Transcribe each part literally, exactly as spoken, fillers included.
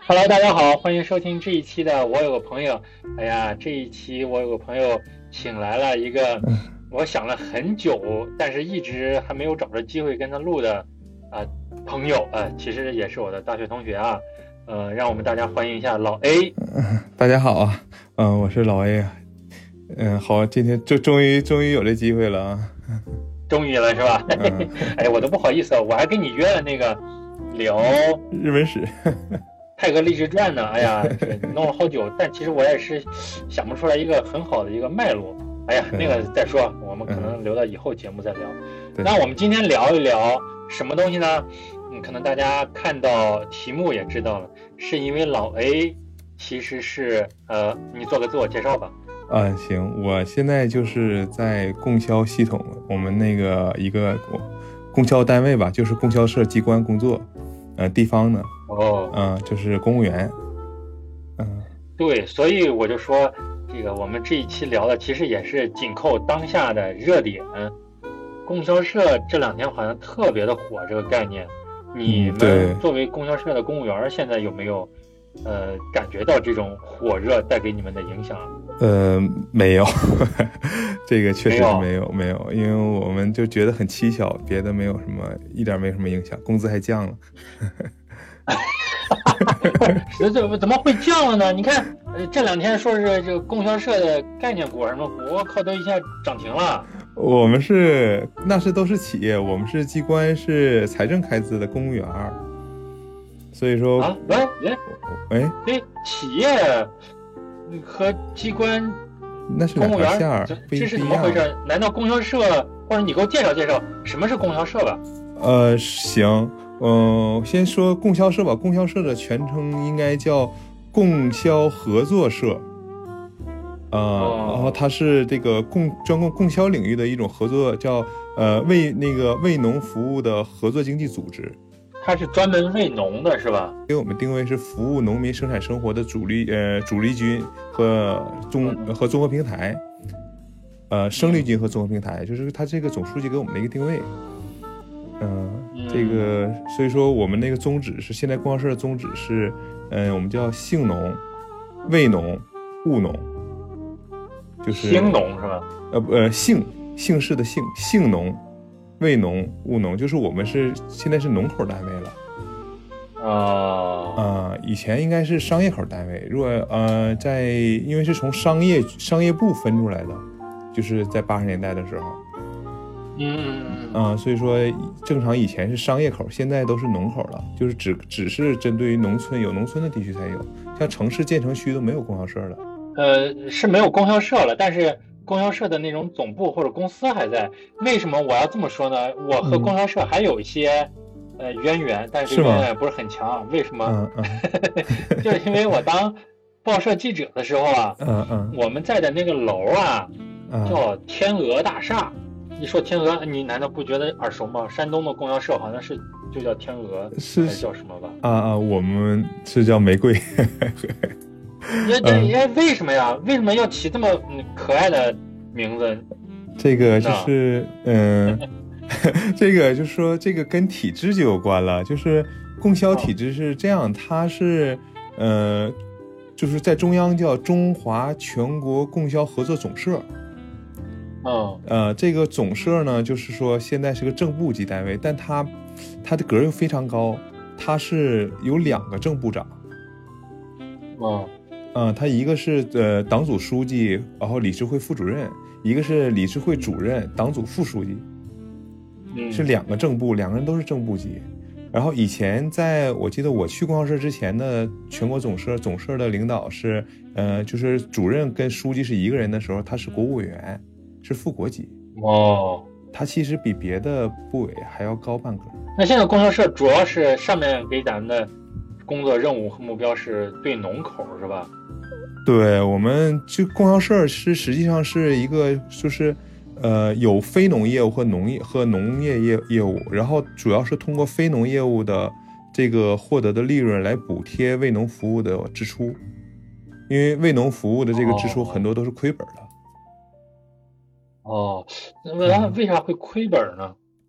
Hello，大家好，欢迎收听这一期的我有个朋友。哎呀，这一期我有个朋友请来了一个，我想了很久，但是一直还没有找着机会跟他录的啊、呃、朋友啊、呃，其实也是我的大学同学啊。呃，让我们大家欢迎一下老 A。 大家好啊，嗯、呃，我是老 A 啊。嗯，好，今天就终于终于有这机会了啊。 终于了是吧？嗯、哎，我都不好意思，我还跟你约了那个聊日本史。 泰戈励志传呢，哎呀，弄了好久，但其实我也是想不出来一个很好的一个脉络。哎呀，那个再说，我们可能留到以后节目再聊。嗯、那我们今天聊一聊什么东西呢？嗯，可能大家看到题目也知道了，是因为老 A 其实是呃，你做个自我介绍吧。 啊，行，我现在就是在供销系统，我们那个一个供销单位吧，就是供销社机关工作，呃，地方的。 哦， 嗯、呃，就是公务员， 嗯，对，所以我就说，这个我们这一期聊的其实也是紧扣当下的热点。供销社这两天好像特别的火，这个概念，你们作为供销社的公务员，现在有没有呃感觉到这种火热带给你们的影响？ 呃，没有，这个确实是没有没有，因为我们就觉得很蹊跷，别的没有什么，一点没什么影响，工资还降了。 这这怎么会降了呢？你看，呃，这两天说是这个供销社的概念股什么股，我靠，都一下涨停了。 我们是那是都是企业，我们是机关，是财政开支的公务员，所以说啊，喂喂喂， 对，企业和机关那是两条线， 这这是怎么回事？难道供销社，或者你给我介绍介绍什么是供销社吧？ 呃，行。嗯、呃，先说供销社吧。供销社的全称应该叫供销合作社，呃，哦、然后它是这个供专供供销领域的一种合作，叫呃为那个为农服务的合作经济组织。 它是专门为农的，是吧？ 给我们定位是服务农民生产生活的主力呃主力军和综和综合平台，呃生力军和综合平台，就是它这个总书记给我们的一个定位。嗯、呃，这个所以说我们那个宗旨是，现在供销社的宗旨是，嗯、呃，我们叫姓农、为农、务农，就是兴农是吧？ 呃呃姓姓氏的姓，姓农、为农、务农，就是我们是现在是农口单位了。 哦， 啊、呃，以前应该是商业口单位，如果呃在因为是从商业商业部分出来的，就是在八十年代的时候。 嗯啊、呃，所以说正常以前是商业口，现在都是农口了，就是只只是针对于农村有农村的地区才有，像城市建成区都没有供销社了。 呃，是没有供销社了，但是供销社的那种总部或者公司还在。为什么我要这么说呢？我和供销社还有一些、嗯、呃渊源，但是渊源不是很强。为什么？ 嗯嗯、就是因为我当报社记者的时候啊， 嗯嗯， 我们在的那个楼啊，叫天鹅大厦。一说天鹅，你难道不觉得耳熟吗？山东的供销社好像是就叫天鹅， 是叫什么吧？ 啊啊，我们是叫玫瑰。 也这也为什么呀？为什么要起这么可爱的名字？ 这个就是嗯，这个就是说这个跟体制就有关了，就是供销体制是这样，它是呃，就是在中央叫中华全国供销合作总社。 嗯， 呃，这个总社呢，就是说现在是个正部级单位，但它它的格又非常高，它是有两个正部长。 嗯， 呃，它一个是呃党组书记，然后理事会副主任，一个是理事会主任、党组副书记， 嗯、 是两个正部，两个人都是正部级。然后以前在我记得我去供销社之前的全国总社总社的领导是呃，就是主任跟书记是一个人的时候，他是国务委员。是副国级哦， 它其实比别的部委还要高半格。 那现在供销社主要是上面给咱们的工作任务和目标是对农口是吧？ 对，我们就供销社是实际上是一个就是呃有非农业务和农业和农业业业务，然后主要是通过非农业务的这个获得的利润来补贴为农服务的支出，因为为农服务的这个支出很多都是亏本的。 哦，那为啥会亏本呢？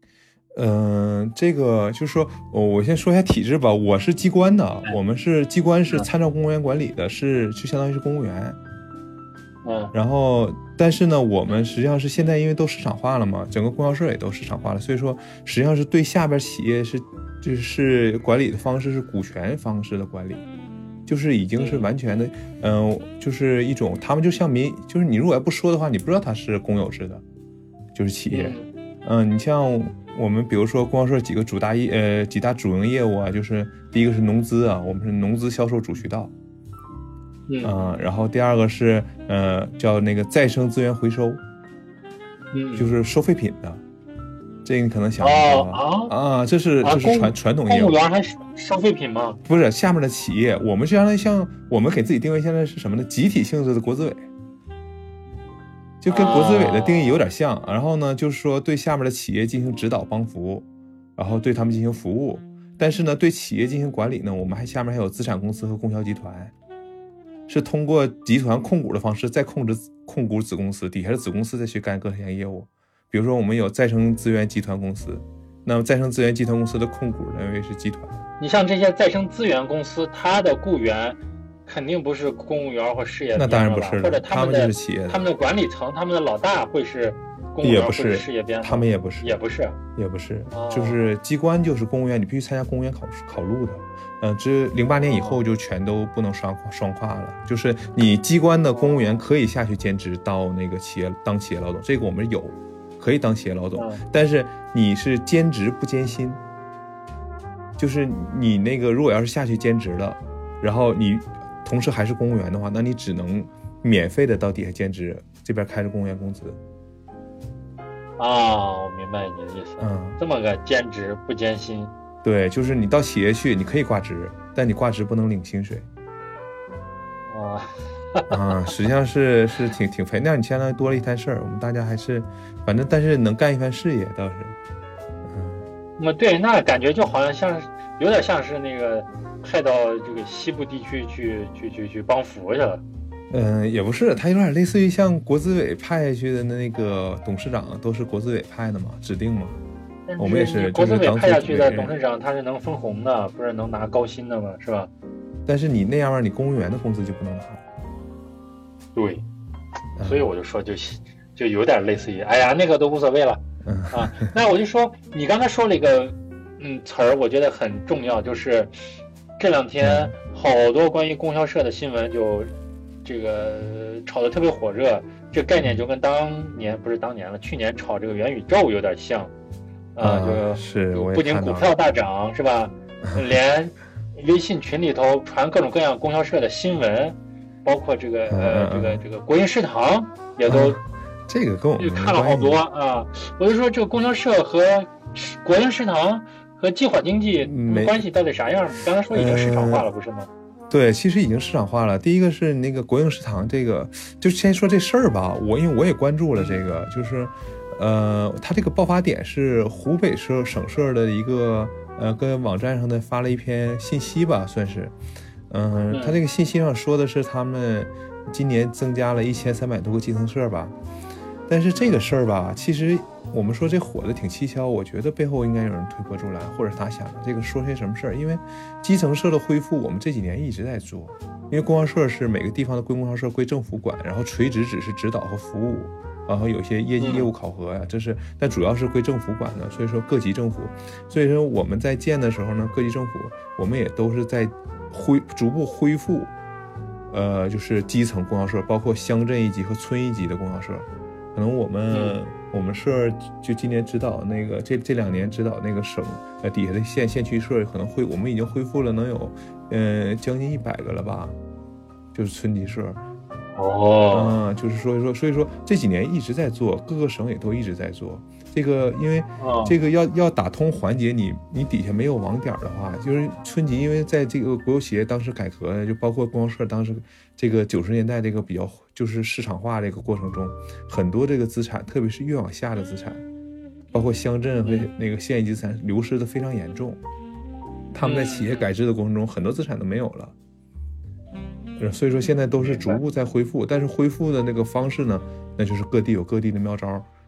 嗯、呃，这个就是说，哦，我先说一下体制吧。我是机关的， 哎、 我们是机关是参照公务员管理的，是就相当于是公务员。 嗯， 然后，但是呢，我们实际上是现在因为都市场化了嘛，整个供销社也都市场化了，所以说实际上是对下边企业是就是管理的方式是股权方式的管理。就是已经是完全的，嗯、呃，就是一种他们就像民，就是你如果要不说的话，你不知道它是公有制的，就是企业。嗯、呃，你像我们比如说公销社几个主大业，呃，几大主营业务啊，就是第一个是农资啊，我们是农资销售主渠道。嗯、呃，然后第二个是呃叫那个再生资源回收， 嗯， 就是收废品的。这个你可能想不到啊啊，这是这是传传统业务。 公务员还收废品吗？ 不是，下面的企业，我们是相当于像我们给自己定位现在是什么呢？集体性质的国资委，就跟国资委的定义有点像。啊、然后呢，就是说对下面的企业进行指导帮扶，然后对他们进行服务。但是呢，对企业进行管理呢，我们还下面还有资产公司和供销集团，是通过集团控股的方式再控制控股子公司，底下的子公司再去干各项业务。比如说我们有再生资源集团公司，那么再生资源集团公司的控股认为是集团。 你像这些再生资源公司，它的雇员肯定不是公务员或事业编， 那当然不是了， 或者他们就是企业的， 他们的管理层，他们的老大会是公务员或者事业编， 他们也不是， 也不是， 也不是， 哦、 就是机关就是公务员，你必须参加公务员考考录的。呃，这零八年以后就全都不能双双跨了，就是你机关的公务员可以下去兼职到那个企业当企业劳动，这个我们有。可以当企业劳动，但是你是兼职不兼薪，就是你那个如果要是下去兼职了，然后你同时还是公务员的话，那你只能免费的到底下兼职，这边开着公务员工资。 啊，我明白你的意思，嗯，这么个兼职不兼薪。 对，就是你到企业去，你可以挂职，但你挂职不能领薪水。 啊。 啊，实际上是是挺挺肥，那你相当于多了一摊事儿。我们大家还是，反正但是能干一番事业倒是， 嗯，那对，那感觉就好像像有点像是那个派到这个西部地区去去去去帮扶去了。 嗯，也不是，他有点类似于像国资委派下去的那个董事长都是国资委派的嘛，指定嘛。我们也是， 国资委派下去的董事长他是能分红的，不是能拿高薪的嘛，是吧？ 但是你那样，你公务员的工资就不能拿。 对，所以我就说就就有点类似于，哎呀，那个都无所谓了啊。那我就说，你刚才说了一个嗯词儿，我觉得很重要，就是这两天好多关于供销社的新闻就这个炒得特别火热，这概念就跟当年不是当年了，去年炒这个元宇宙有点像啊， 就是不仅股票大涨是吧，连微信群里头传各种各样供销社的新闻。包括这个呃，这个这个国营食堂也都， 这个跟我们看了好多啊。我就说这个供销社和国营食堂和计划经济关系到底啥样？你刚才说已经市场化了，不是吗？ 对，其实已经市场化了。第一个是那个国营食堂，这个就先说这事儿吧。我因为我也关注了这个，就是呃，它这个爆发点是湖北省省社的一个呃，跟网站上的发了一篇信息吧，算是。嗯，他这个信息上说的是他们今年增加了一千三百多个基层社吧，但是这个事儿吧，其实我们说这火的挺蹊跷，我觉得背后应该有人推波助澜，或者他想的这个说些什么事儿。因为基层社的恢复，我们这几年一直在做，因为供销社是每个地方的归供销社归政府管，然后垂直只是指导和服务，然后有些业绩业务考核呀，这是，但主要是归政府管的，所以说各级政府，所以说我们在建的时候呢，各级政府我们也都是在恢逐步恢复，呃，就是基层供销社，包括乡镇一级和村一级的供销社。可能我们、嗯、我们社就今年指导那个这这两年指导那个省呃底下的县县区社，可能会我们已经恢复了能有呃将近一百个了吧，就是村级社。 哦， 嗯，就是说说，所以说这几年一直在做，各个省也都一直在做这个，因为这个要要打通环节，你你底下没有网点的话，就是村级，因为在这个国有企业当时改革，就包括供销社当时这个九十年代这个比较就是市场化这个过程中，很多这个资产，特别是越往下的资产，包括乡镇和那个县一级资产流失的非常严重，他们在企业改制的过程中，很多资产都没有了。所以说现在都是逐步在恢复，但是恢复的那个方式呢，那就是各地有各地的妙招。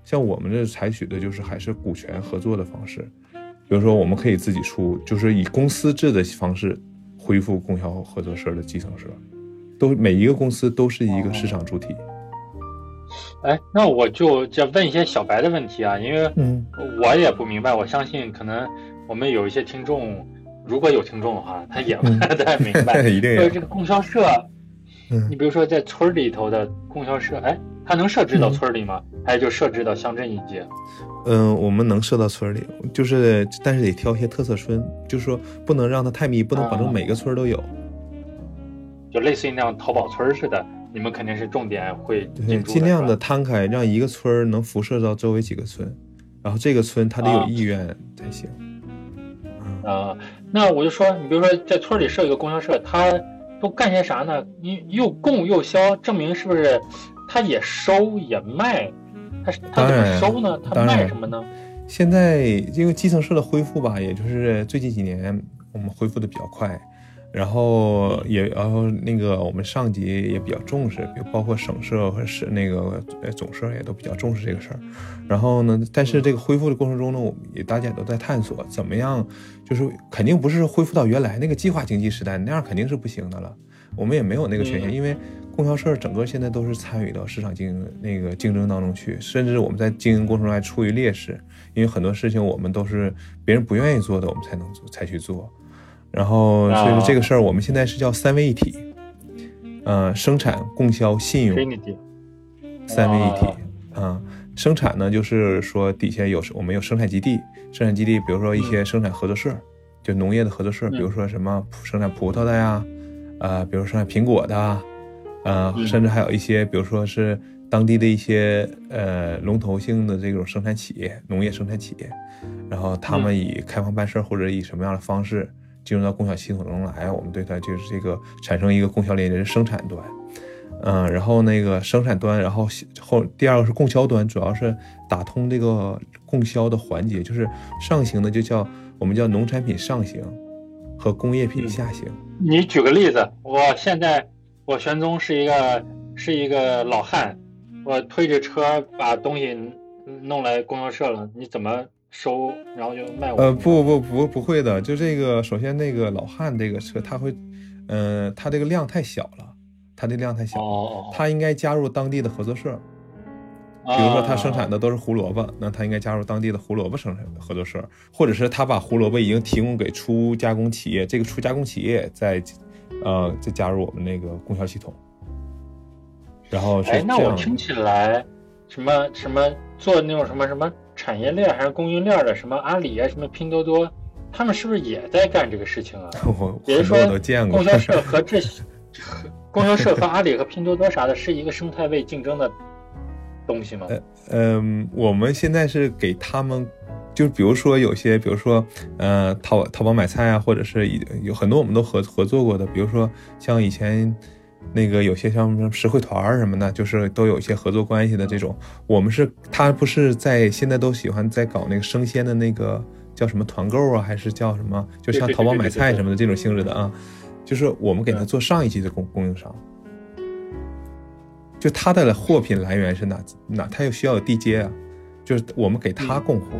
像我们这采取的就是还是股权合作的方式，比如说我们可以自己出，就是以公司制的方式恢复供销合作社的基层社，都每一个公司都是一个市场主体。 哎，那我就就问一些小白的问题啊，因为我也不明白，我相信可能我们有一些听众，如果有听众的话，他也不太明白。 嗯、一定有。 这个供销社，嗯，你比如说在村里头的供销社，哎，它能设置到村里吗？嗯、还是就设置到乡镇一级？ 嗯，我们能设到村里，就是但是得挑一些特色村，就是说不能让它太密，不能保证每个村都有。 嗯、就类似于那样淘宝村似的。你们肯定是重点会对，尽量的摊开，让一个村能辐射到周围几个村，然后这个村它得有意愿才行。 啊、呃，那我就说，你比如说在村里设一个供销社，它都干些啥呢？你又供又销，证明是不是？它也收也卖，它它怎么收呢？它卖什么呢？ 现在因为基层社的恢复吧，也就是最近几年我们恢复的比较快。然后也，然后那个我们上级也比较重视，比如包括省社和市那个总社也都比较重视这个事儿。然后呢，但是这个恢复的过程中呢，我们也大家也都在探索怎么样，就是肯定不是恢复到原来那个计划经济时代那样，肯定是不行的了。我们也没有那个权限，因为供销社整个现在都是参与到市场竞那个竞争当中去，甚至我们在经营过程中还处于劣势，因为很多事情我们都是别人不愿意做的，我们才能做才去做。然后所以说这个事儿我们现在是叫三位一体，呃，生产、供销、信用，三位一体啊、呃。生产呢，就是说底下有我们有生产基地，生产基地比如说一些生产合作社，就农业的合作社，比如说什么生产葡萄的呀，呃，比如生产苹果的，呃，甚至还有一些比如说是当地的一些呃龙头性的这种生产企业，农业生产企业，然后他们以开放办事或者以什么样的方式进入到供销系统中来，我们对它就是这个产生一个供销链接是生产端，嗯，然后那个生产端，然后后第二个是供销端，主要是打通这个供销的环节，就是上行的就叫我们叫农产品上行和工业品下行。 嗯、你举个例子，我现在我玄宗是一个是一个老汉，我推着车把东西弄来供销社了，你怎么收，然后就卖我？ 呃，不不不不会的，就这个，首先那个老汉这个车，它会，呃，它这个量太小了，它的量太小， 哦， 它应该加入当地的合作社。比如说它生产的都是胡萝卜，哦、那它应该加入当地的胡萝卜生产合作社，或者是他把胡萝卜已经提供给初加工企业，这个初加工企业再，呃，再加入我们那个供销系统。然后是这样。 哎，那我听起来，什么什么做那种什么什么产业链还是供应链的，什么阿里啊，什么拼多多，他们是不是也在干这个事情啊？ 我也就是说， 都见过供销社和这供销社和阿里和拼多多啥的，是一个生态位竞争的东西吗？ 呃嗯、呃，我们现在是给他们，就比如说有些，比如说呃淘淘宝买菜啊，或者是有很多我们都合合作过的，比如说像以前。那个有些像什么实惠团什么的，就是都有一些合作关系的这种。我们是他不是在现在都喜欢在搞那个生鲜的那个叫什么团购啊，还是叫什么，就像淘宝买菜什么的这种性质的啊。就是我们给他做上一级的供供应商，就他的货品来源是哪哪，他又需要有地接啊，就是我们给他供货。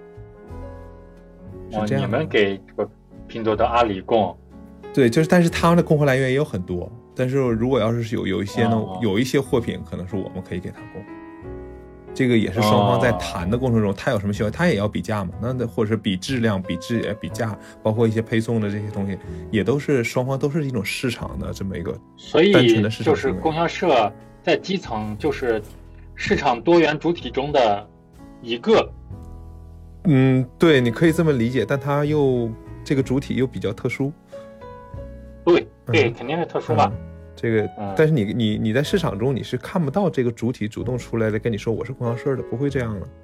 哦，你们给拼多多、阿里供？ 对，就是但是他们的供货来源也有很多。但是如果要是有有一些呢，哦、有一些货品可能是我们可以给他供，这个也是双方在谈的过程中，他有什么需要，他也要比价嘛，那或者是比质量、比质、比价，包括一些配送的这些东西，也都是双方都是一种市场的这么一个单纯的市场。 所以就是供销社在基层就是市场多元主体中的一个。 嗯，对，你可以这么理解，但它又这个主体又比较特殊。 对对、嗯，肯定是特殊吧。 嗯、这个，嗯、但是你你你在市场中你是看不到这个主体主动出来的跟你说我是供销社的，不会这样的。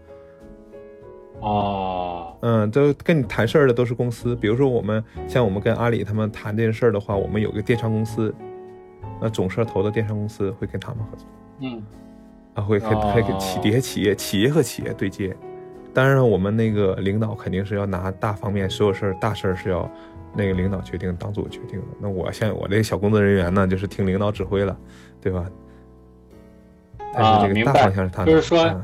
哦， 嗯，都跟你谈事儿的都是公司，比如说我们像我们跟阿里他们谈这件事儿的话，我们有个电商公司，那总社投的电商公司会跟他们合作。 嗯， 啊，会跟会跟企底下企业企业和企业对接。当然，我们那个领导肯定是要拿大方面，所有事儿大事儿是要。那个领导决定，党组决定的。那我像我这个小工作人员呢，就是听领导指挥了，对吧？但是这个大方向是他的。 啊、就是说， 嗯、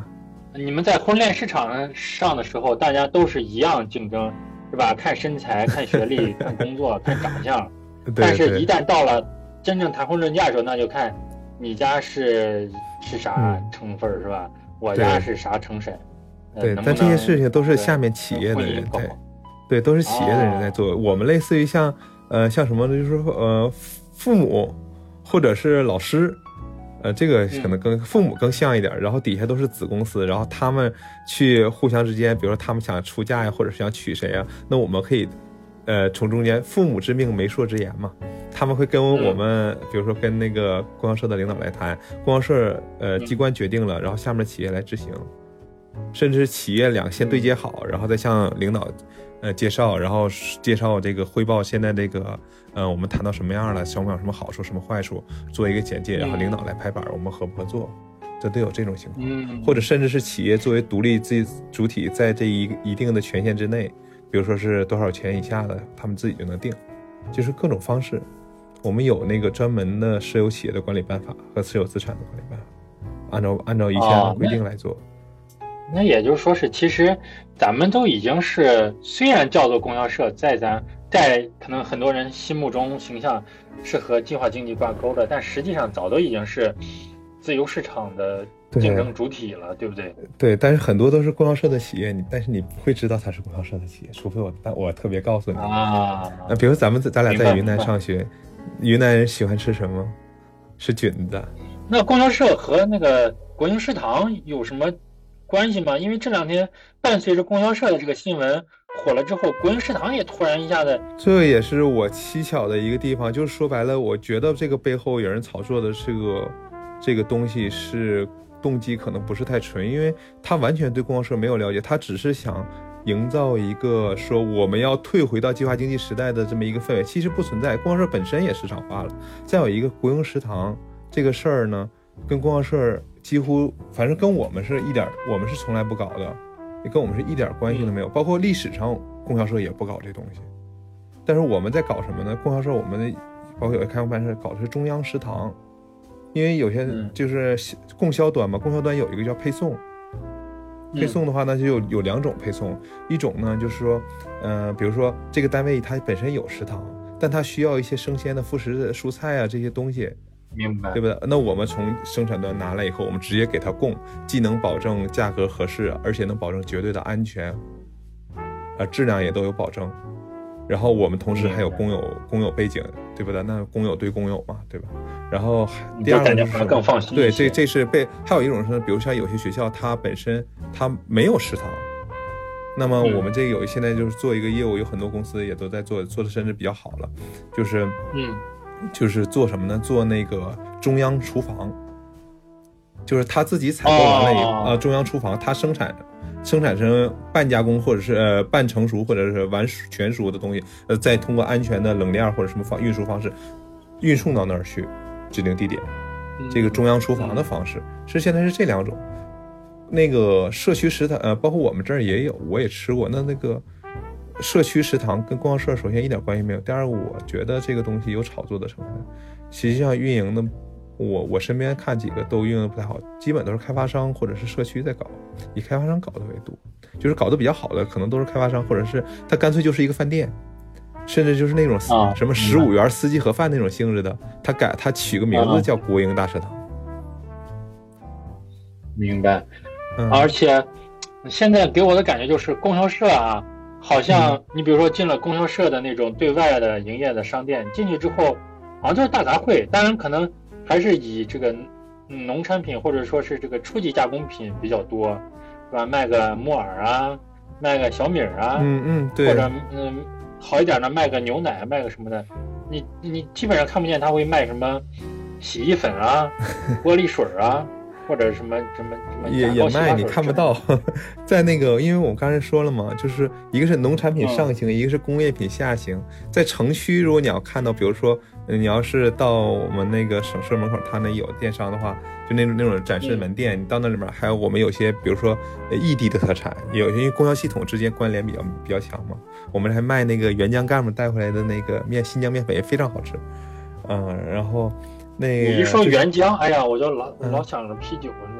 你们在婚恋市场上的时候，大家都是一样竞争，是吧？看身材、看学历、看工作、看长相。但是，一旦到了真正谈婚论嫁的时候，那就看你家是是啥成分、嗯、是吧？我家是啥成色。 对， 呃、 但这些事情都是下面企业的人在，对，都是企业的人在做。哦、我们类似于像呃像什么，就是说呃父母或者是老师。呃，这个可能更父母更像一点、嗯，然后底下都是子公司，然后他们去互相之间，比如说他们想出嫁呀，或者是想娶谁啊，那我们可以，呃，从中间父母之命媒妁之言嘛，他们会跟我们，嗯、比如说跟那个供销社的领导来谈，供销社呃机关决定了，然后下面的企业来执行，甚至企业两先对接好，然后再向领导呃介绍，然后介绍这个汇报现在这个。呃，我们谈到什么样了？双方有什么好处、什么坏处，做一个简介，然后领导来拍板，我们合不合作？这都有这种情况， 嗯， 或者甚至是企业作为独立自主体，在这一一定的权限之内，比如说是多少钱以下的，他们自己就能定，就是各种方式。我们有那个专门的私有企业的管理办法和私有资产的管理办法，按照按照一切规定来做。 哦、那, 那也就是说是，其实咱们都已经是，虽然叫做供销社，在咱。在可能很多人心目中形象是和计划经济挂钩的，但实际上早都已经是自由市场的竞争主体了， 对, 对不对？ 对，但是很多都是供销社的企业，你但是你不会知道它是供销社的企业，除非我我特别告诉你啊。 呃，比如咱们咱俩在云南上学，云南人喜欢吃什么？吃菌子。 那供销社和那个国营食堂有什么关系吗？因为这两天伴随着供销社的这个新闻火了之后，国营食堂也突然一下子， 这也是我蹊跷的一个地方。就是说白了，我觉得这个背后有人炒作的这个这个东西是动机可能不是太纯，因为他完全对供销社没有了解，他只是想营造一个说我们要退回到计划经济时代的这么一个氛围，其实不存在。供销社本身也市场化了，再有一个国营食堂这个事儿呢，跟供销社几乎反正跟我们是一点，我们是从来不搞的。也跟我们是一点关系都没有，包括历史上供销社也不搞这东西。但是我们在搞什么呢？供销社我们包括有些开放办社搞的是中央食堂，因为有些就是供销端嘛，供销端有一个叫配送，配送的话呢就有有两种配送，一种呢就是说，呃，比如说这个单位它本身有食堂，但它需要一些生鲜的副食的蔬菜啊这些东西。 明白， 对不对？那我们从生产端拿来以后，我们直接给它供，既能保证价格合适，而且能保证绝对的安全，啊，质量也都有保证。然后我们同时还有公有公有背景，对不对？那公有对公有嘛，对吧？然后第二个是更放心。 对，这这是被还有一种是，比如像有些学校它本身它没有食堂，那么我们这个有现在就是做一个业务，有很多公司也都在做，做的甚至比较好了，就是嗯。 就是做什么呢？做那个中央厨房，就是他自己采购完了以后，呃、哦，中央厨房他生产生产成半加工或者是呃半成熟或者是完全熟的东西，呃，再通过安全的冷链或者什么方运输方式运送到那儿去指定地点。这个中央厨房的方式是现在是这两种。那个社区食堂，呃，包括我们这儿也有，我也吃过。那那个。社区食堂跟供销社首先一点关系没有，第二个我觉得这个东西有炒作的成分，实际上运营的我我身边看几个都运营的不太好，基本都是开发商或者是社区在搞，以开发商搞的为多，就是搞得比较好的可能都是开发商，或者是他干脆就是一个饭店，甚至就是那种什么十五元四季盒饭那种性质的，他改他取个名字叫国营大食堂。 明白。嗯、而且现在给我的感觉就是供销社啊，好像你比如说进了供销社的那种对外的营业的商店，进去之后好像就是大杂烩，当然可能还是以这个农产品或者说是这个初级加工品比较多，是吧？卖个木耳啊，卖个小米啊， 嗯嗯，对， 或者嗯好一点的卖个牛奶，卖个什么的，你你基本上看不见他会卖什么洗衣粉啊、玻璃水啊。或者什么什么什么也也卖，你看不到。在那个，因为我刚才说了嘛，就是一个是农产品上行，嗯、一个是工业品下行。在城区，如果你要看到，比如说你要是到我们那个省社门口，它那有电商的话，就那种那种展示门店，嗯、你到那里面还有我们有些，比如说异地的特产，有些因为供销系统之间关联比较比较强嘛，我们还卖那个原浆干部带回来的那个面，新疆面粉也非常好吃。嗯，然后。那个、 你一说原浆，哎呀，我就老、嗯、老想着啤酒，你知道吗？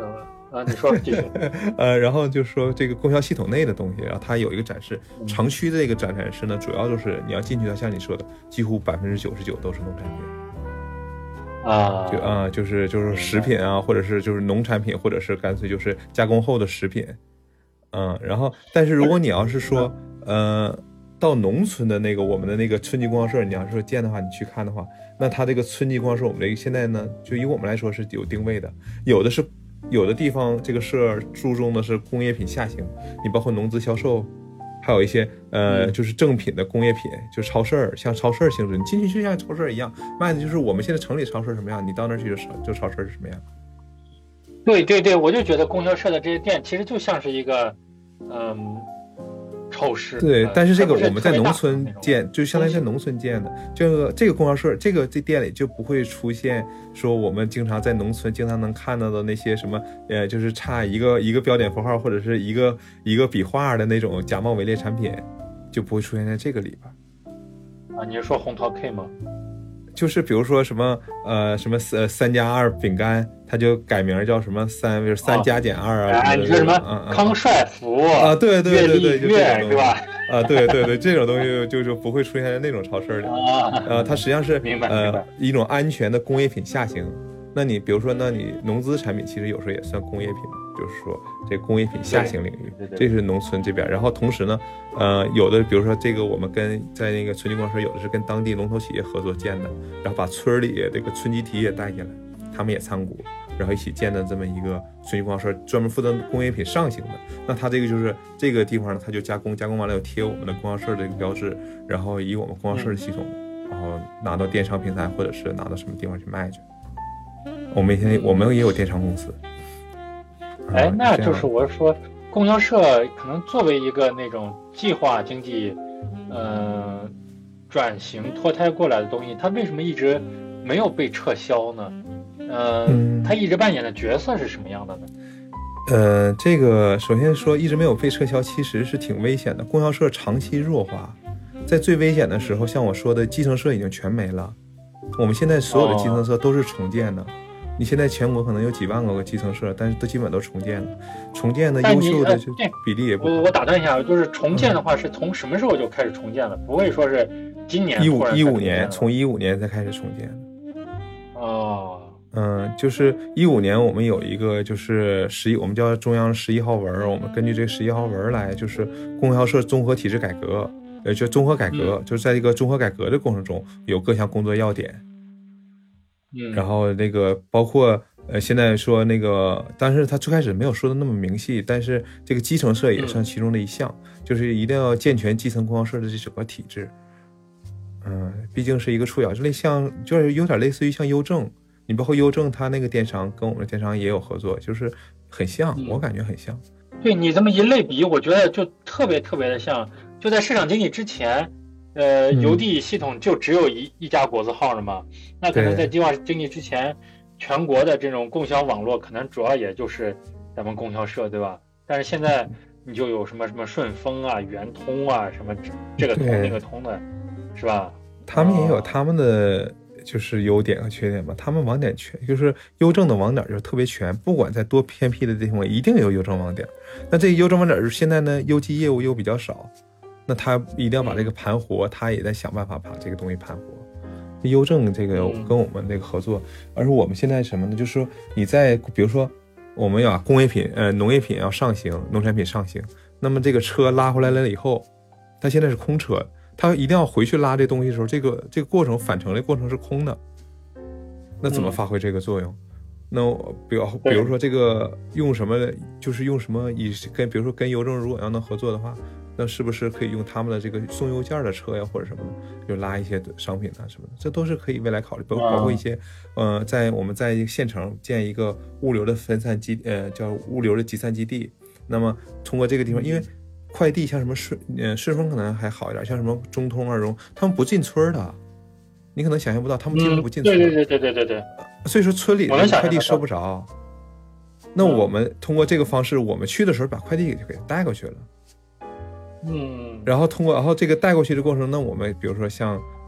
啊，你说继续。 呃，然后就说这个供销系统内的东西，然后它有一个展示，城区的这个展展示呢，主要就是你要进去的，像你说的，几乎百分之九十九都是农产品啊， 就啊、呃、就是就是食品啊，或者是就是农产品，或者是干脆就是加工后的食品，嗯，然后但是如果你要是说呃到农村的那个我们的那个村级供销社，你要是说建的话，你去看的话，那它这个村级供销社，我们这个现在呢，就以我们来说是有定位的，有的是。有的地方这个社注重的是工业品下行，你包括农资销售，还有一些呃就是正品的工业品，就超市，像超市性质，你进去就像超市一样卖的，就是我们现在城里超市什么样，你到那儿去就就超市是什么样。 对对对，我就觉得供销社的这些店其实就像是一个嗯超市。 对， 呃、 但是这个我们在农村建，就相当于在农村建的，这个这个供销社，这个这店里就不会出现说我们经常在农村经常能看到的那些什么，呃，就是差一个一个标点符号或者是一个一个笔画的那种假冒伪劣产品，就不会出现在这个里边。 啊，你是说红桃 K 吗？ 就是比如说什么呃什么三三加二饼干，它就改名叫什么三，就是三加减二啊。 哎，你说什么康帅福啊？对对对对， 就这种是吧？ 啊，对对对，这种东西就就不会出现在那种超市里。 啊， 呃，它实际上是明白呃一种安全的工业品下行。那你比如说，那你农资产品其实有时候也算工业品嘛，就是说这工业品下行领域，这是农村这边。然后同时呢，呃，有的比如说这个我们跟在那个村级供销社，有的是跟当地龙头企业合作建的，然后把村里这个村集体也带进来，他们也参股，然后一起建的这么一个村级供销社，专门负责工业品上行的。那它这个就是这个地方呢，它就加工，加工完了又贴我们的供销社的这个标志，然后以我们供销社的系统，然后拿到电商平台或者是拿到什么地方去卖去。我们现在我们也有电商公司。 哎，那就是我说，供销社可能作为一个那种计划经济，呃，转型脱胎过来的东西，它为什么一直没有被撤销呢？呃，嗯、它一直扮演的角色是什么样的呢？ 呃，这个首先说一直没有被撤销，其实是挺危险的。供销社长期弱化，在最危险的时候，像我说的，基层社已经全没了。我们现在所有的基层社都是重建的。哦，你现在全国可能有几万个基层社，但是都基本都重建了。重建的优秀的就比例也不。 我我打断一下，就是重建的话，是从什么时候就开始重建了？不会说是今年一五一五年，从一五年才开始重建的。 哦， 嗯，就是一五年我们有一个就是十一，我们叫中央十一号文，我们根据这个十一号文来，就是供销社综合体制改革，呃，就综合改革，嗯、就是在这个综合改革的过程中有各项工作要点。 嗯， 然后那个包括呃，现在说那个，但是他最开始没有说的那么明细，但是这个基层社也算其中的一项，嗯、就是一定要健全基层供销社的这整个体制。嗯，毕竟是一个触角，就类像，就是有点类似于像邮政，你包括邮政，它那个电商跟我们的电商也有合作，就是很像，嗯、我感觉很像。 对你这么一类比，我觉得就特别特别的像，就在市场经济之前。呃，邮递系统就只有一一家国字号了嘛？那可能在计划经济之前，全国的这种供销网络可能主要也就是咱们供销社，对吧？但是现在你就有什么什么顺丰啊、圆通啊，什么这个通那个通的，是吧？ 他们也有他们的就是优点和缺点嘛。他们网点全，就是邮政的网点就特别全，不管在多偏僻的地方，一定有邮政网点。那这个邮政网点现在呢，邮寄业务又比较少。那他一定要把这个盘活，他也在想办法把这个东西盘活。邮政这个跟我们这个合作，而且我们现在什么呢？就是说你在比如说我们要工业品、呃农业品要上行，农产品上行，那么这个车拉回来了以后，它现在是空车，它一定要回去拉这东西的时候，这个这个过程返程的过程是空的。那怎么发挥这个作用？嗯、那比如比如说这个用什么，就是用什么以跟比如说跟邮政如果要能合作的话。那是不是可以用他们的这个送邮件的车呀，或者什么的，就拉一些商品啊什么的，这都是可以未来考虑，包包括一些，呃，在我们在一个县城建一个物流的分散基，呃，叫物流的集散基地。那么通过这个地方，因为快递像什么顺，呃，顺丰可能还好一点，像什么中通、二中，他们不进村的，你可能想象不到，他们几乎不进村。 嗯、对对对对对对。 所以说村里的快递收不着。那我们通过这个方式，我们去的时候把快递给带过去了。 嗯， 然后通过，然后这个带过去的过程，那我们比如说像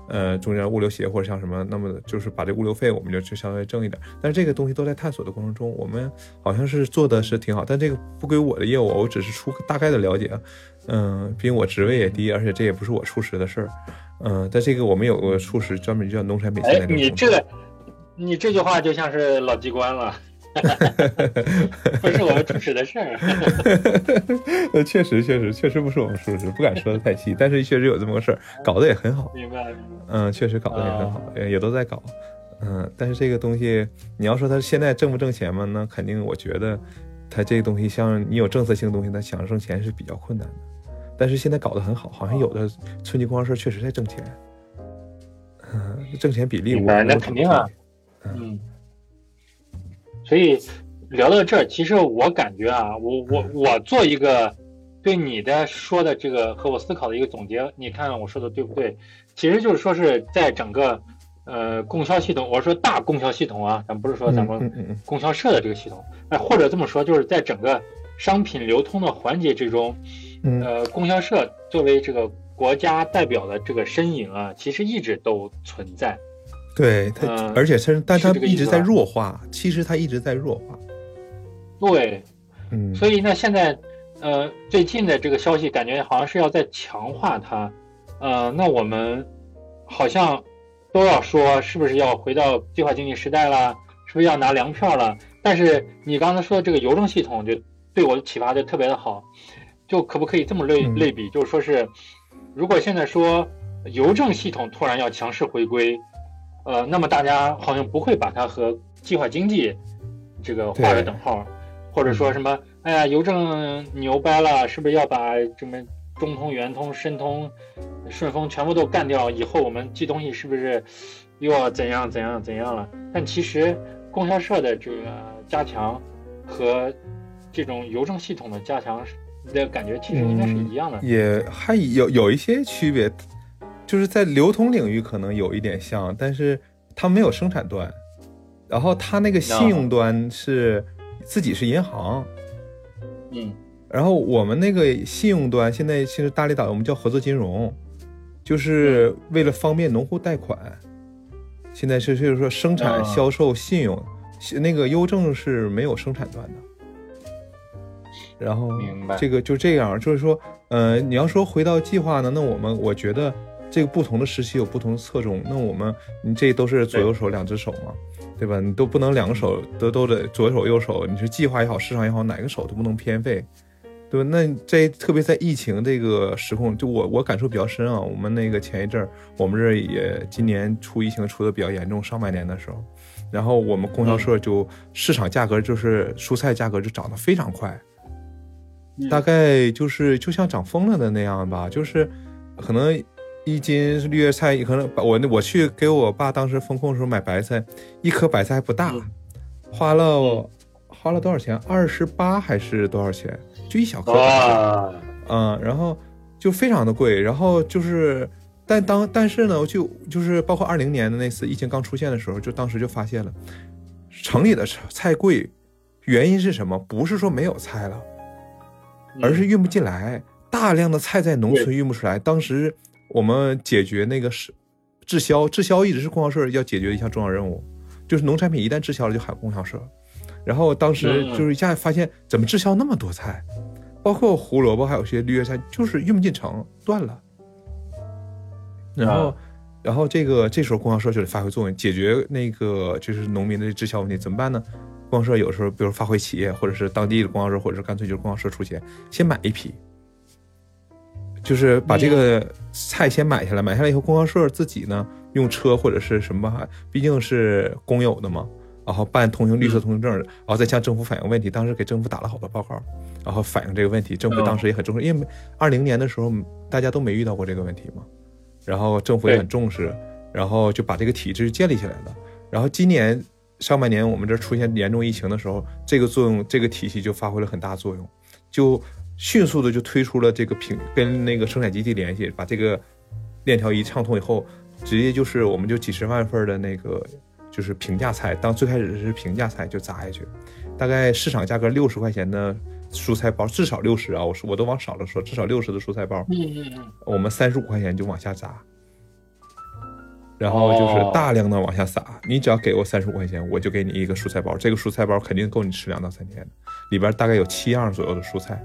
呃中间物流协或者像什么，那么就是把这物流费我们就就相对挣一点。但是这个东西都在探索的过程中，我们好像是做的是挺好，但这个不归我的业务，我只是出大概的了解。嗯、呃，毕竟我职位也低，而且这也不是我处实的事儿。嗯、呃，但这个我们有个处实专门就叫农产品现在这个。 哎，你这个你这句话就像是老机关了。不是我们处实的事儿。 呃，确实，确实，确实不是我们处实，不敢说的太细，但是确实有这么个事儿，搞得也很好。 明白。 嗯，确实搞得也很好，也、哦、也都在搞。嗯，但是这个东西，你要说它现在挣不挣钱吗？那肯定，我觉得它这个东西，像你有政策性的东西，它想挣钱是比较困难的。但是现在搞得很好，好像有的村级供销社确实在挣钱。嗯，挣钱比例我那肯定啊。嗯。所以聊到这儿，其实我感觉啊，我我我做一个对你的说的这个和我思考的一个总结，你看我说的对不对？其实就是说是在整个呃供销系统，我说大供销系统啊，咱不是说咱们供销社的这个系统，哎，或者这么说，就是在整个商品流通的环节之中，呃，供销社作为这个国家代表的这个身影啊，其实一直都存在。 对它、呃，而且是，但它一直在弱化。其实它一直在弱化。 对， 嗯， 所以呢，现在呃最近的这个消息，感觉好像是要在强化它。呃，那我们好像都要说，是不是要回到计划经济时代了？是不是要拿粮票了？但是你刚才说的这个邮政系统，就对我的启发就特别的好。就可不可以这么类类比？嗯、就是说是，如果现在说邮政系统突然要强势回归。呃，那么大家好像不会把它和计划经济这个画着等号，或者说什么，哎呀，邮政牛掰了，是不是要把什么中通、圆通、申通、顺丰全部都干掉？以后我们寄东西是不是又要怎样怎样怎样了？但其实供销社的这个加强和这种邮政系统的加强的感觉，其实应该是一样的， 嗯、也还有有一些区别。就是在流通领域可能有一点像，但是它没有生产端，然后它那个信用端是自己是银行， 嗯， 然后我们那个信用端现在其实大力岛我们叫合作金融，就是为了方便农户贷款，现在是就是说生产、销售、信用，那个邮政是没有生产端的。然后这个就这样，就是说，呃，你要说回到计划呢，那我们我觉得。这个不同的时期有不同的侧重，那我们你这都是左右手两只手嘛， 对, 对吧？你都不能两个手都都得左手右手，你是计划也好，市场也好，哪个手都不能偏废，对吧？那这特别在疫情这个时空，就我我感受比较深啊。我们那个前一阵儿，我们这也今年出疫情出的比较严重，上半年的时候，然后我们供销社就市场价格就是蔬菜价格就涨得非常快，大概就是就像涨疯了的那样吧，就是可能。一斤绿叶菜可能我我去给我爸当时风控的时候买白菜，一颗白菜还不大，花了花了多少钱？二十八还是多少钱？就一小颗白菜，嗯，然后就非常的贵，然后就是，但当但是呢，就就是包括二零年的那次疫情刚出现的时候，就当时就发现了，城里的菜贵，原因是什么？不是说没有菜了，而是运不进来，大量的菜在农村运不出来，当时。我们解决那个是滞销，滞销一直是供销社要解决的一项重要任务，就是农产品一旦滞销了就喊供销社。然后当时就是一下发现怎么滞销那么多菜，包括胡萝卜还有些绿叶菜，就是运不进城，断了。然后，啊、然后这个这时候供销社就得发挥作用，解决那个就是农民的滞销问题，怎么办呢？供销社有时候比如发挥企业或者是当地的供销社，或者是干脆就是供销社出钱先买一批。就是把这个菜先买下来，买下来以后，供销社自己呢用车或者是什么，毕竟是公有的嘛，然后办通行绿色通行证，然后再向政府反映问题。当时给政府打了好多报告，然后反映这个问题，政府当时也很重视，因为二零年的时候大家都没遇到过这个问题嘛，然后政府也很重视，然后就把这个体制建立起来了。然后今年上半年我们这出现严重疫情的时候，这个作用，这个体系就发挥了很大作用，就。迅速的就推出了这个平跟那个生产基地联系，把这个链条一畅通以后，直接就是我们就几十万份的那个就是平价菜，当最开始是平价菜就砸下去，大概市场价格六十块钱的蔬菜包，至少六十啊，我说我都往少了说，至少六十的蔬菜包， 嗯嗯嗯， 我们三十五块钱就往下砸， 然后就是大量的往下撒，你只要给我三十五块钱，我就给你一个蔬菜包，这个蔬菜包肯定够你吃两到三天的，里边大概有七样左右的蔬菜。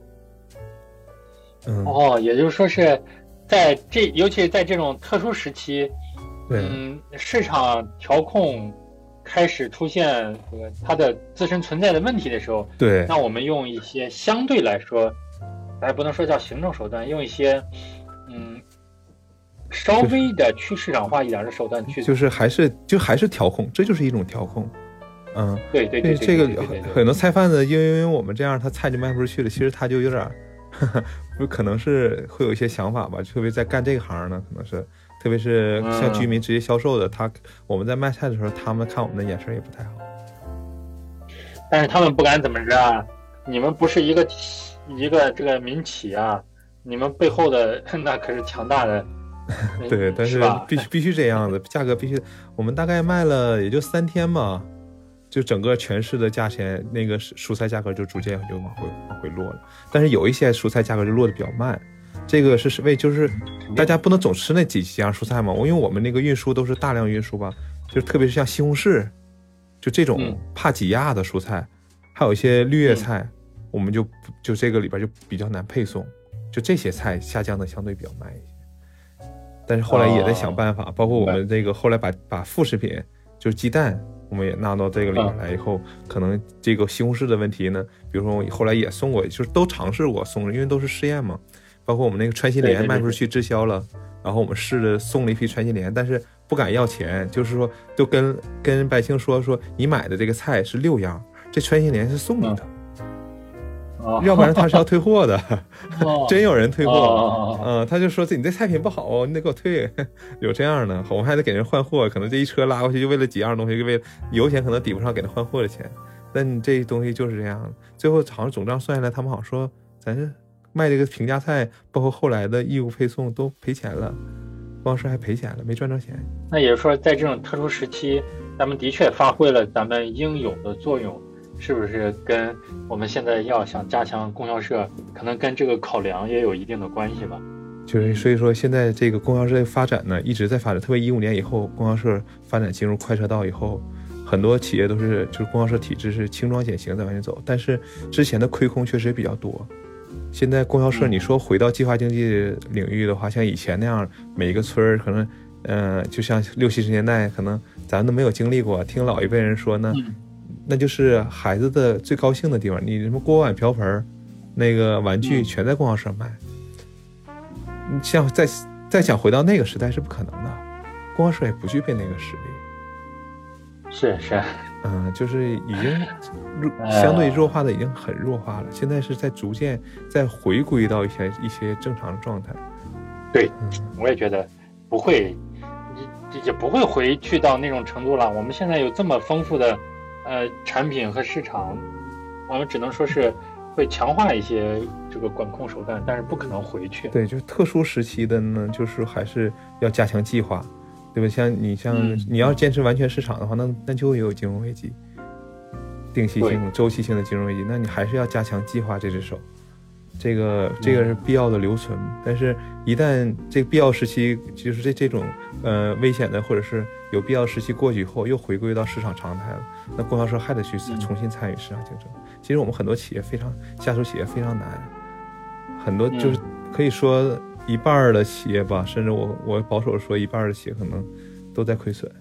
嗯，哦，也就是说是在这，尤其是在这种特殊时期，嗯，市场调控开始出现它的自身存在的问题的时候， 对， 那我们用一些相对来说，咱也不能说叫行政手段，用一些嗯稍微的去市场化一点的手段去， 就是还是就还是调控，这就是一种调控。嗯， 对对对， 这个很多菜贩子因为因为我们这样，他菜就卖不出去了，其实他就有点呵呵不可能是会有一些想法吧，特别在干这个行呢，可能是特别是像居民直接销售的，他我们在卖菜的时候，他们看我们的眼神也不太好。 但是他们不敢怎么着啊？你们不是一个一个这个民企啊，你们背后的那可是强大的。 对，但是必须必须这样的，价格必须。我们大概卖了也就三天吧，就整个全市的价钱，那个蔬菜价格就逐渐就往回往回落了。但是有一些蔬菜价格就落得比较慢，这个是为就是大家不能总吃那几几样蔬菜嘛。因为我们那个运输都是大量运输吧，就特别是像西红柿，就这种怕挤压的蔬菜，还有一些绿叶菜，嗯、我们就就这个里边就比较难配送，就这些菜下降的相对比较慢一些。但是后来也在想办法，哦、包括我们这个后来把把副食品，就是鸡蛋，我们也纳到这个里面来以后，哦、可能这个西红柿的问题呢，比如说我后来也送过，就是都尝试过送，因为都是试验嘛。包括我们那个川心莲卖不出去滞销了，然后我们试着送了一批川心莲，但是不敢要钱，就是说就跟跟百姓说说你买的这个菜是六样，这川心莲是送你的。嗯哦、 要不然他是要退货的， 哦、 真有人退货，嗯、 哦呃，他就说你这菜品不好，你得给我退，有这样的，我们还得给人换货，可能这一车拉过去就为了几样东西，就为了油钱可能抵不上给他换货的钱，但你这东西就是这样，最后好像总账算下来，他们好像说咱是卖这个平价菜，包括后来的义务配送都赔钱了，光是还赔钱了，没赚着钱。 那也就是说，在这种特殊时期，咱们的确发挥了咱们应有的作用。是不是跟我们现在要想加强供销社，可能跟这个考量也有一定的关系吧？ 就是所以说，现在这个供销社发展呢，一直在发展。特别一五年以后，供销社发展进入快车道以后，很多企业都是就是供销社体制是轻装简行在往前走，但是之前的亏空确实也比较多。现在供销社你说回到计划经济领域的话，像以前那样，每一个村儿可能，嗯、呃，就像六七十年代，可能咱都没有经历过。听老一辈人说呢。嗯，那就是孩子的最高兴的地方，你什么锅碗瓢盆那个玩具全在供销社卖。你像再再想回到那个时代是不可能的，供销社也不具备那个实力。 是是， 嗯，就是已经相对弱化的已经很弱化了，现在是在逐渐在回归到一些一些正常的状态。 对，嗯、我也觉得不会，也不会回去到那种程度了。我们现在有这么丰富的。呃，产品和市场，我们只能说是会强化一些这个管控手段，但是不可能回去。 对，就是特殊时期的呢，就是还是要加强计划，对吧？像你像、嗯、你要坚持完全市场的话，那那就会有金融危机，定期性、周期性的金融危机，那你还是要加强计划这只手，这个这个是必要的留存。嗯、但是，一旦这个必要时期，就是这这种呃危险的或者是有必要时期过去以后，又回归到市场常态了。那供销社还得去重新参与市场竞争。嗯、其实我们很多企业非常下属企业非常难，很多就是可以说一半的企业吧，嗯、甚至我我保守说一半的企业可能都在亏损。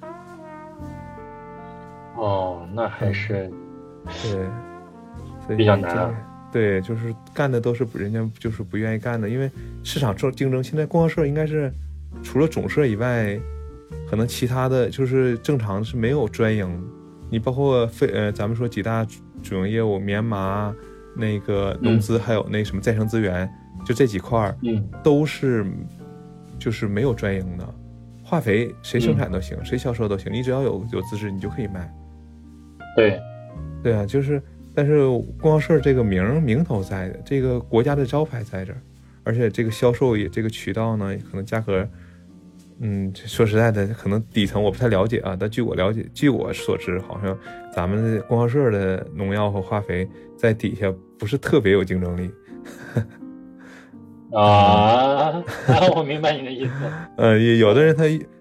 哦，那还是、 嗯、对，所以比较难、啊。 对，就是干的都是人家就是不愿意干的，因为市场竞争现在供销社应该是除了总社以外，可能其他的就是正常是没有专营。你包括非呃，咱们说几大主营业务，棉麻、那个农资，还有那什么再生资源，嗯、就这几块， 嗯， 都是就是没有专营的。化肥谁生产都行，嗯、谁销售都行，你只要有有资质，你就可以卖。 对， 对啊，就是，但是供销社这个名名头在的，这个国家的招牌在这儿，而且这个销售也这个渠道呢，可能价格。嗯，说实在的，可能底层我不太了解啊，但据我了解，据我所知，好像咱们的供销社的农药和化肥在底下不是特别有竞争力。 啊，我明白你的意思。 呃，有的人他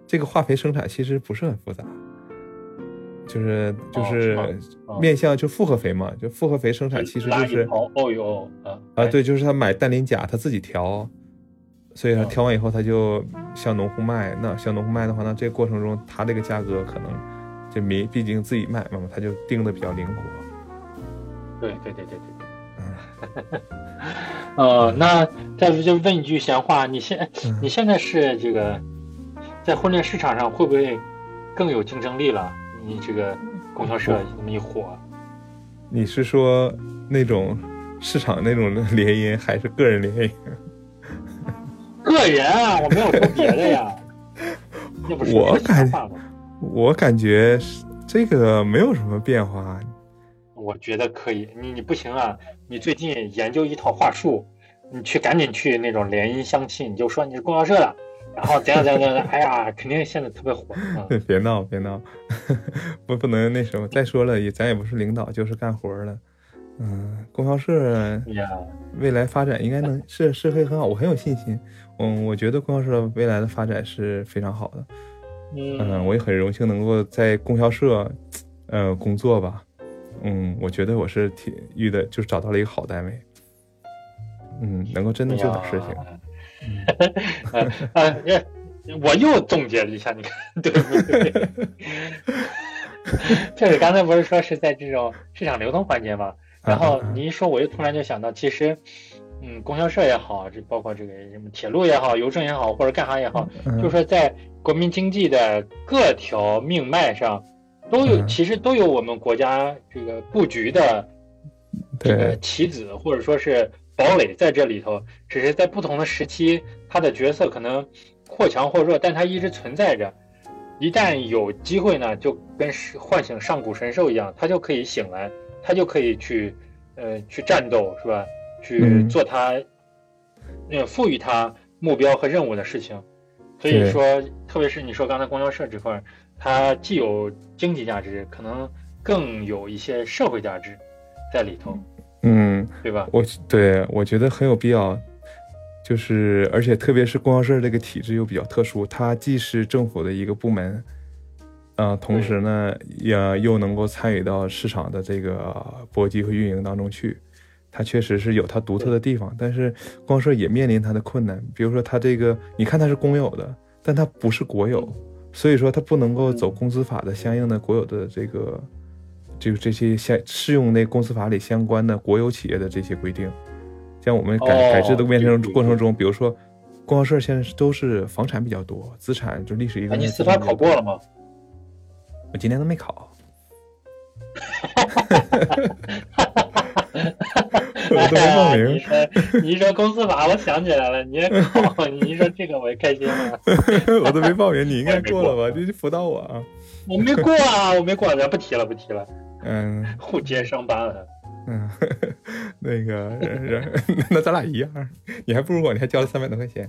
这个化肥生产其实不是很复杂，就是就是哦面向就复合肥嘛，就复合肥生产其实就是哦哟啊啊对，就是他买氮磷钾他自己调，所以他调完以后他就向农户卖，那向农户卖的话，那这个过程中他这个价格可能就民毕竟自己买嘛，他就定的比较灵活。 对对对对对。呃，那再就问一句闲话，你现你现在是这个在婚恋市场上会不会更有竞争力了？你这个供销社这么一火， 你是说那种市场那种联姻，还是个人联姻？ 个人啊，我没有说别的呀。那不是我感我感觉这个没有什么变化。 我觉得可以，你你不行啊！你最近研究一套话术，你去赶紧去那种联姻相亲，你就说你是供销社的，然后怎样怎样怎样，哎呀，肯定现在特别火。 嗯、别闹别闹，不不能那什么。再说了，也咱也不是领导，就是干活的。嗯，供销社未来发展应该能是是会很好，我很有信心。嗯，我觉得供销社未来的发展是非常好的。嗯、呃，我也很荣幸能够在供销社，呃，工作吧。嗯，我觉得我是挺遇的，就是找到了一个好单位。嗯，能够真的做点事情。 呃呃，我又总结了一下，你看对不对？就是刚才不是说是在这种市场流通环节嘛，然后你一说，我又突然就想到，其实，嗯，供销社也好，这包括这个什么铁路也好，邮政也好，或者干啥也好，就是说在国民经济的各条命脉上。都有，其实都有我们国家这个布局的这个棋子，或者说是堡垒在这里头，只是在不同的时期，它的角色可能或强或弱，但它一直存在着。一旦有机会呢，就跟唤醒上古神兽一样，它就可以醒来，它就可以去呃去战斗，是吧？去做它呃赋予它目标和任务的事情。所以说，特别是你说刚才供销社这块，它既有经济价值，可能更有一些社会价值在里头， 嗯， 对吧？ 我对我觉得很有必要，就是而且特别是供销社这个体制又比较特殊，它既是政府的一个部门，呃，同时呢也又能够参与到市场的这个搏击和运营当中去，它确实是有它独特的地方，但是供销社也面临它的困难，比如说它这个，你看它是公有的，但它不是国有。所以说，它不能够走公司法的相应的国有的这个，就这些相适用那公司法里相关的国有企业的这些规定。像我们改、哦、改制的过程过程中，比如说，供销社现在都是房产比较多，资产就历史一个。 你司法考过了吗？ 我今年都没考。我都没报名。 你说你一说公司法，我想起来了，你也考，你一说这个我也开心了。 我都没报名，你应该过了吧？这就辅导我啊。 我没过啊，我没过，不提了，不提了。 嗯， 互揭伤疤了。 嗯，那个，那咱俩一样，你还不如我，你还交了三百多块钱。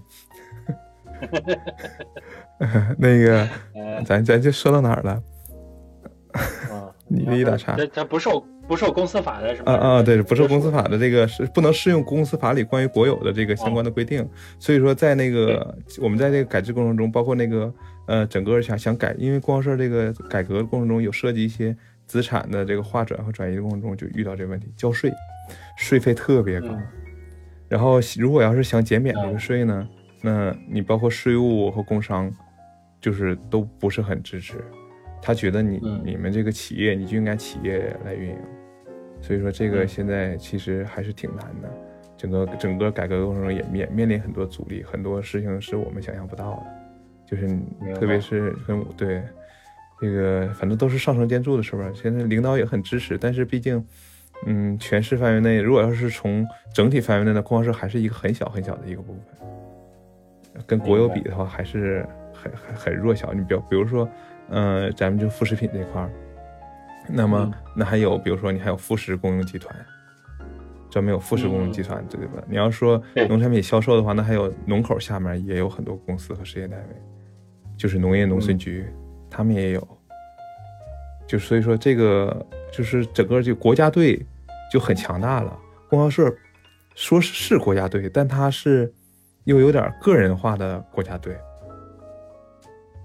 那个，咱咱就说到哪儿了？ 啊， 你这一打岔， 这这不受不受公司法的什么？ 啊啊，对，不受公司法的这个是不能适用公司法里关于国有的这个相关的规定。所以说，在那个我们在这个改制过程中，包括那个呃整个想想改，因为光是这个改革过程中有涉及一些资产的这个划转和转移的过程中，就遇到这个问题，交税，税费特别高。然后如果要是想减免这个税呢，那你包括税务和工商，就是都不是很支持。他觉得你、嗯、你们这个企业你就应该企业来运营，所以说这个现在其实还是挺难的，整个整个改革过程中也面面临很多阻力，很多事情是我们想象不到的，就是特别是跟对这个反正都是上升建筑的，是不是？现在领导也很支持，但是毕竟嗯全市范围内，如果要是从整体范围内的供销社还是一个很小很小的一个部分，跟国有比的话还是很很很弱小。你比如比如说呃，咱们就副食品这块儿，那么、嗯、那还有比如说你还有副食公用集团，专门有副食公用集团，对吧？你要说农产品销售的话，那还有农口下面也有很多公司和事业单位，就是农业农村局、嗯、他们也有，就所以说这个就是整个就国家队就很强大了。供销社说是国家队，但它是又有点个人化的国家队。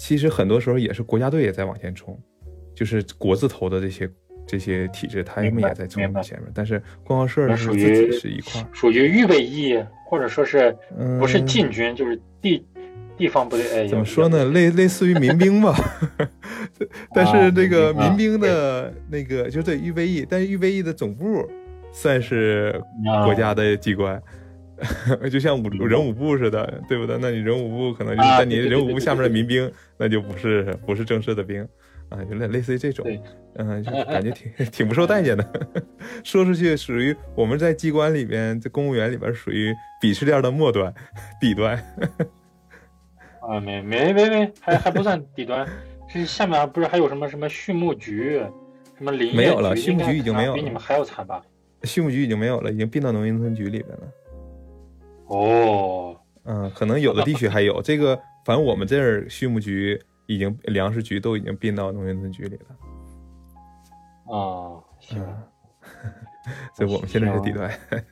其实很多时候也是国家队也在往前冲，就是国字头的这些这些体制，他们也在冲在前面。但是光华社呢， 属于自己是一块， 属于预备役，或者说是不是禁军，嗯、就是地地方部队。哎， 怎么说呢？类类似于民兵吧。但是这个民兵的那个、啊、就是对预备役，但是预备役的总部算是国家的机关。啊、就像武人武部似的，对不对？那你人武部可能就是在你人武部下面的民兵，那就不是不是正式的兵啊，有点类似于这种，嗯，就感觉挺挺不受待见的。说出去属于我们在机关里边，在公务员里边属于鄙视链的末端、底端。 啊，没没没没，还还不算底端，这下面不是还有什么什么畜牧局、什么林业局？ 没有了，畜牧局已经没有了， 比你们还要惨吧？ 畜牧局已经没有了，已经并到农业农村局里边了。 哦， 嗯，可能有的地区还有这个，反正我们这儿畜牧局已经粮食局都已经并到农业农村局里了。 啊，行， 嗯、所以我们现在是底端。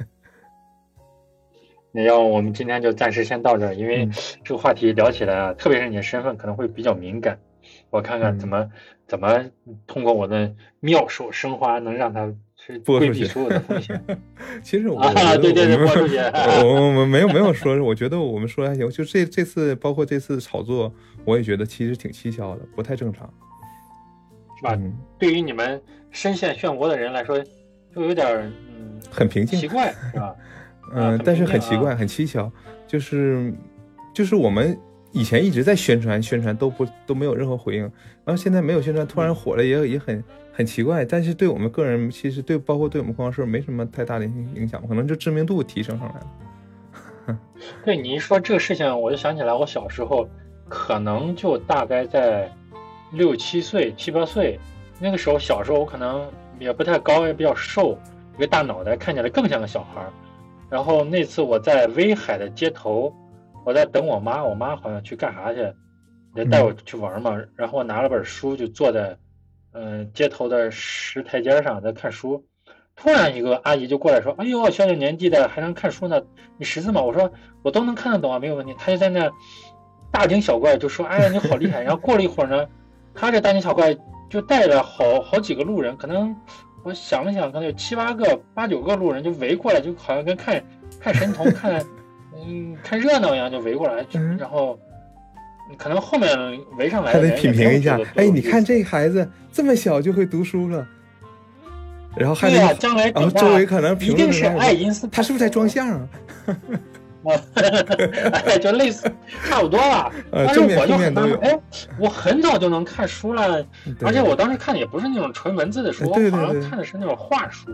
那要我们今天就暂时先到这儿，因为这个话题聊起来啊，嗯、特别是你的身份可能会比较敏感，我看看怎么、嗯、怎么通过我的妙手生花能让它是规避所有的风险。 其实我、 啊、对对对，播出去。 我们没有没有说，我觉得我们说还行。就这这次包括这次炒作，我也觉得其实挺蹊跷的，不太正常， 是吧？嗯、对于你们深陷漩涡的人来说，就有点嗯很平静， 奇怪，是吧？ 嗯，但是很奇怪，很蹊跷，就是就是我们以前一直在宣传宣传都不都没有任何回应，然后现在没有宣传，突然火了，也也很很奇怪。但是对我们个人，其实对包括对我们光华社没什么太大的影响，可能就知名度提升上来了。 对你一说这个事情，我就想起来，我小时候可能就大概在六七岁、七八岁那个时候，小时候我可能也不太高，也比较瘦，一个大脑袋，看起来更像个小孩。然后那次我在威海的街头，我在等我妈，我妈好像去干啥去，也带我去玩嘛。嗯、然后我拿了本书，就坐在，嗯、呃，街头的石台阶上在看书。突然一个阿姨就过来说：“哎呦，小小年纪的还能看书呢，你识字吗？”我说：“我都能看得懂啊，没有问题。”她就在那大惊小怪，就说：“哎呀，你好厉害！”然后过了一会儿呢，她这大惊小怪就带着好好几个路人，可能。我想了想，可能有七八个、八九个路人就围过来，就好像跟看看神童、看嗯看热闹一样，就围过来。嗯、然后可能后面围上来的人还得品评一下。哎，你看这孩子这么小就会读书了，然后还得、 啊、将来然后周围可能一定是爱因斯坦， 他是不是在装相啊？ 哎，就类似差不多了。 呃， 但是我就很有哎，我很早就能看书了，而且我当时看的也不是那种纯文字的书， 对对对， 好像看的是那种画书。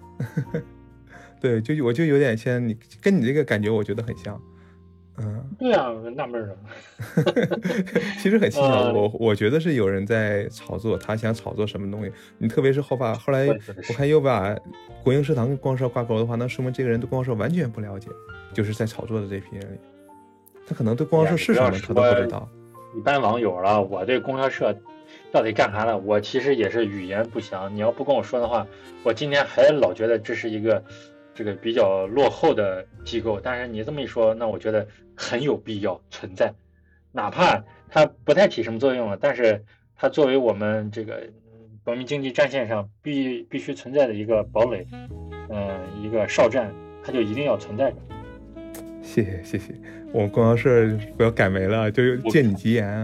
对，就我就有点像你，跟你这个感觉，我觉得很像。嗯， 对啊，纳闷了。 其实很蹊跷，呃、我我觉得是有人在炒作，他想炒作什么东西。你特别是后把后来我看又把国营食堂跟光社挂钩的话，那说明这个人对光社完全不了解，就是在炒作的这批人里，他可能对光社是什么他都不知道。 一般网友了，我对供销社到底干啥了，我其实也是语言不详。你要不跟我说的话，我今天还老觉得这是一个这个比较落后的机构。但是你这么一说，那我觉得很有必要存在，哪怕它不太起什么作用了，但是它作为我们这个国民经济战线上必必须存在的一个堡垒，嗯、呃，一个哨站，它就一定要存在着。 谢谢谢谢，我们供销社不要改没了，就借你吉言啊。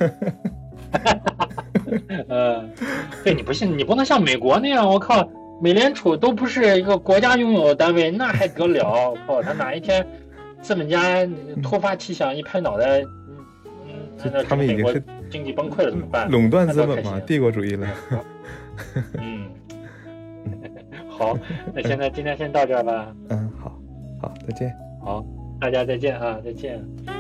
呃，对，你不信，你不能像美国那样，我靠，美联储都不是一个国家拥有的单位，那还得了？我靠，他哪一天资本家突发奇想一拍脑袋，嗯嗯， 他们已经是经济崩溃了怎么办？ 垄断资本嘛，帝国主义了。 嗯，好，那现在今天先到这儿吧。 嗯，好，好，再见。 好，大家再见啊，再见。